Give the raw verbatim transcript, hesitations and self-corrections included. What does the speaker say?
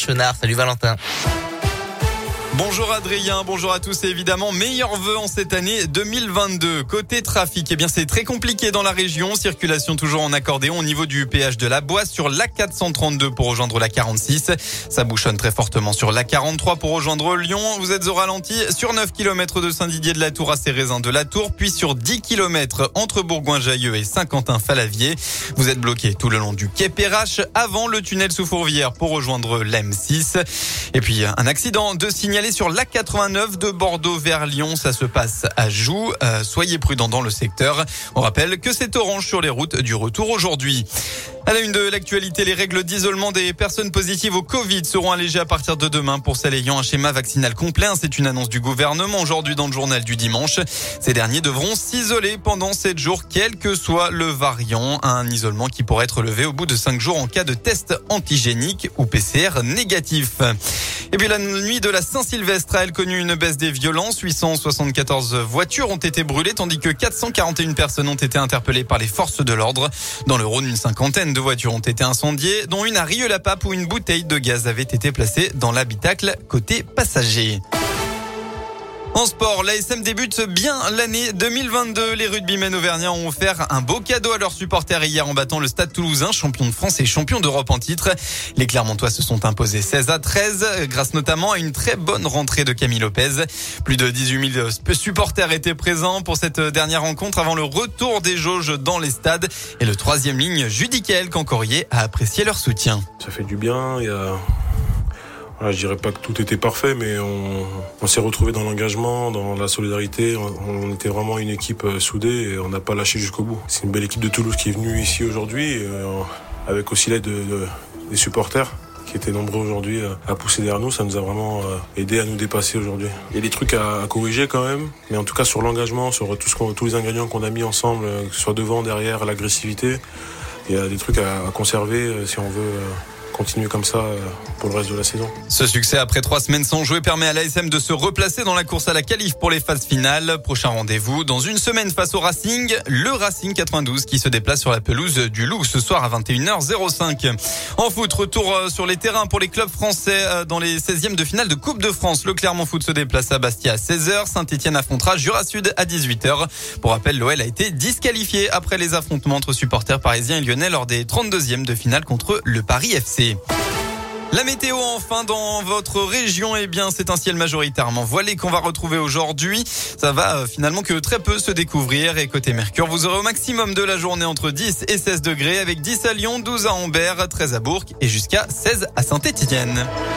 Chenard. Salut Valentin. Bonjour Adrien, bonjour à tous et évidemment meilleurs vœux en cette année deux mille vingt-deux. Côté trafic, eh bien c'est très compliqué dans la région. Circulation toujours en accordéon au niveau du péage de la Boisse sur l'A quatre cent trente-deux pour rejoindre l'A quarante-six. Ça bouchonne très fortement sur l'A quarante-trois pour rejoindre Lyon. Vous êtes au ralenti sur neuf kilomètres de Saint-Didier de la Tour à Cérézin de la Tour, puis sur dix kilomètres entre Bourgoin-Jallieu et Saint-Quentin-Falavier. Vous êtes bloqué tout le long du quai Perrache avant le tunnel sous Fourvière pour rejoindre l'A M six. Et puis un accident de signaler sur l'A quatre-vingt-neuf de Bordeaux vers Lyon. Ça se passe à Joux. Euh, soyez prudents dans le secteur. On rappelle que c'est orange sur les routes du retour aujourd'hui. À la une de l'actualité, les règles d'isolement des personnes positives au Covid seront allégées à partir de demain pour celles ayant un schéma vaccinal complet. C'est une annonce du gouvernement aujourd'hui dans le journal du dimanche. Ces derniers devront s'isoler pendant sept jours, quel que soit le variant. Un isolement qui pourrait être levé au bout de cinq jours en cas de test antigénique ou P C R négatif. Et puis la nuit de la Saint-Sylvestre a elle connu une baisse des violences. huit cent soixante-quatorze voitures ont été brûlées tandis que quatre cent quarante et une personnes ont été interpellées par les forces de l'ordre. Dans le Rhône, une cinquantaine de voitures ont été incendiées, dont une à Rieux-la-Pape où une bouteille de gaz avait été placée dans l'habitacle côté passager. En sport, l'A S M débute bien l'année deux mille vingt-deux. Les rugbymen auvergnats ont offert un beau cadeau à leurs supporters hier en battant le Stade Toulousain, champion de France et champion d'Europe en titre. Les Clermontois se sont imposés seize à treize, grâce notamment à une très bonne rentrée de Camille Lopez. Plus de dix-huit mille supporters étaient présents pour cette dernière rencontre avant le retour des jauges dans les stades. Et le troisième ligne, Judicaël Cancorier, a apprécié leur soutien. Ça fait du bien, il y a... Voilà, je dirais pas que tout était parfait, mais on, on s'est retrouvés dans l'engagement, dans la solidarité. On, on était vraiment une équipe soudée et on n'a pas lâché jusqu'au bout. C'est une belle équipe de Toulouse qui est venue ici aujourd'hui, euh, avec aussi l'aide de, de, des supporters qui étaient nombreux aujourd'hui à pousser derrière nous. Ça nous a vraiment aidé à nous dépasser aujourd'hui. Il y a des trucs à, à corriger quand même, mais en tout cas sur l'engagement, sur tout ce qu'on, tous les ingrédients qu'on a mis ensemble, que ce soit devant, derrière, l'agressivité, il y a des trucs à, à conserver si on veut continuer comme ça pour le reste de la saison. Ce succès après trois semaines sans jouer permet à l'A S M de se replacer dans la course à la qualif pour les phases finales. Prochain rendez-vous dans une semaine face au Racing, le Racing quatre-vingt-douze qui se déplace sur la pelouse du Loup ce soir à vingt et une heures cinq. En foot, retour sur les terrains pour les clubs français dans les seizièmes de finale de Coupe de France. Le Clermont Foot se déplace à Bastia à seize heures, Saint-Etienne affrontera Jura Sud à dix-huit heures. Pour rappel, l'O L a été disqualifié après les affrontements entre supporters parisiens et lyonnais lors des trente-deuxièmes de finale contre le Paris F C. La météo enfin dans votre région, eh bien c'est un ciel majoritairement voilé qu'on va retrouver aujourd'hui. Ça va euh, finalement que très peu se découvrir et côté Mercure, vous aurez au maximum de la journée entre dix et seize degrés avec dix à Lyon, douze à Ambert, treize à Bourg et jusqu'à seize à Saint-Étienne.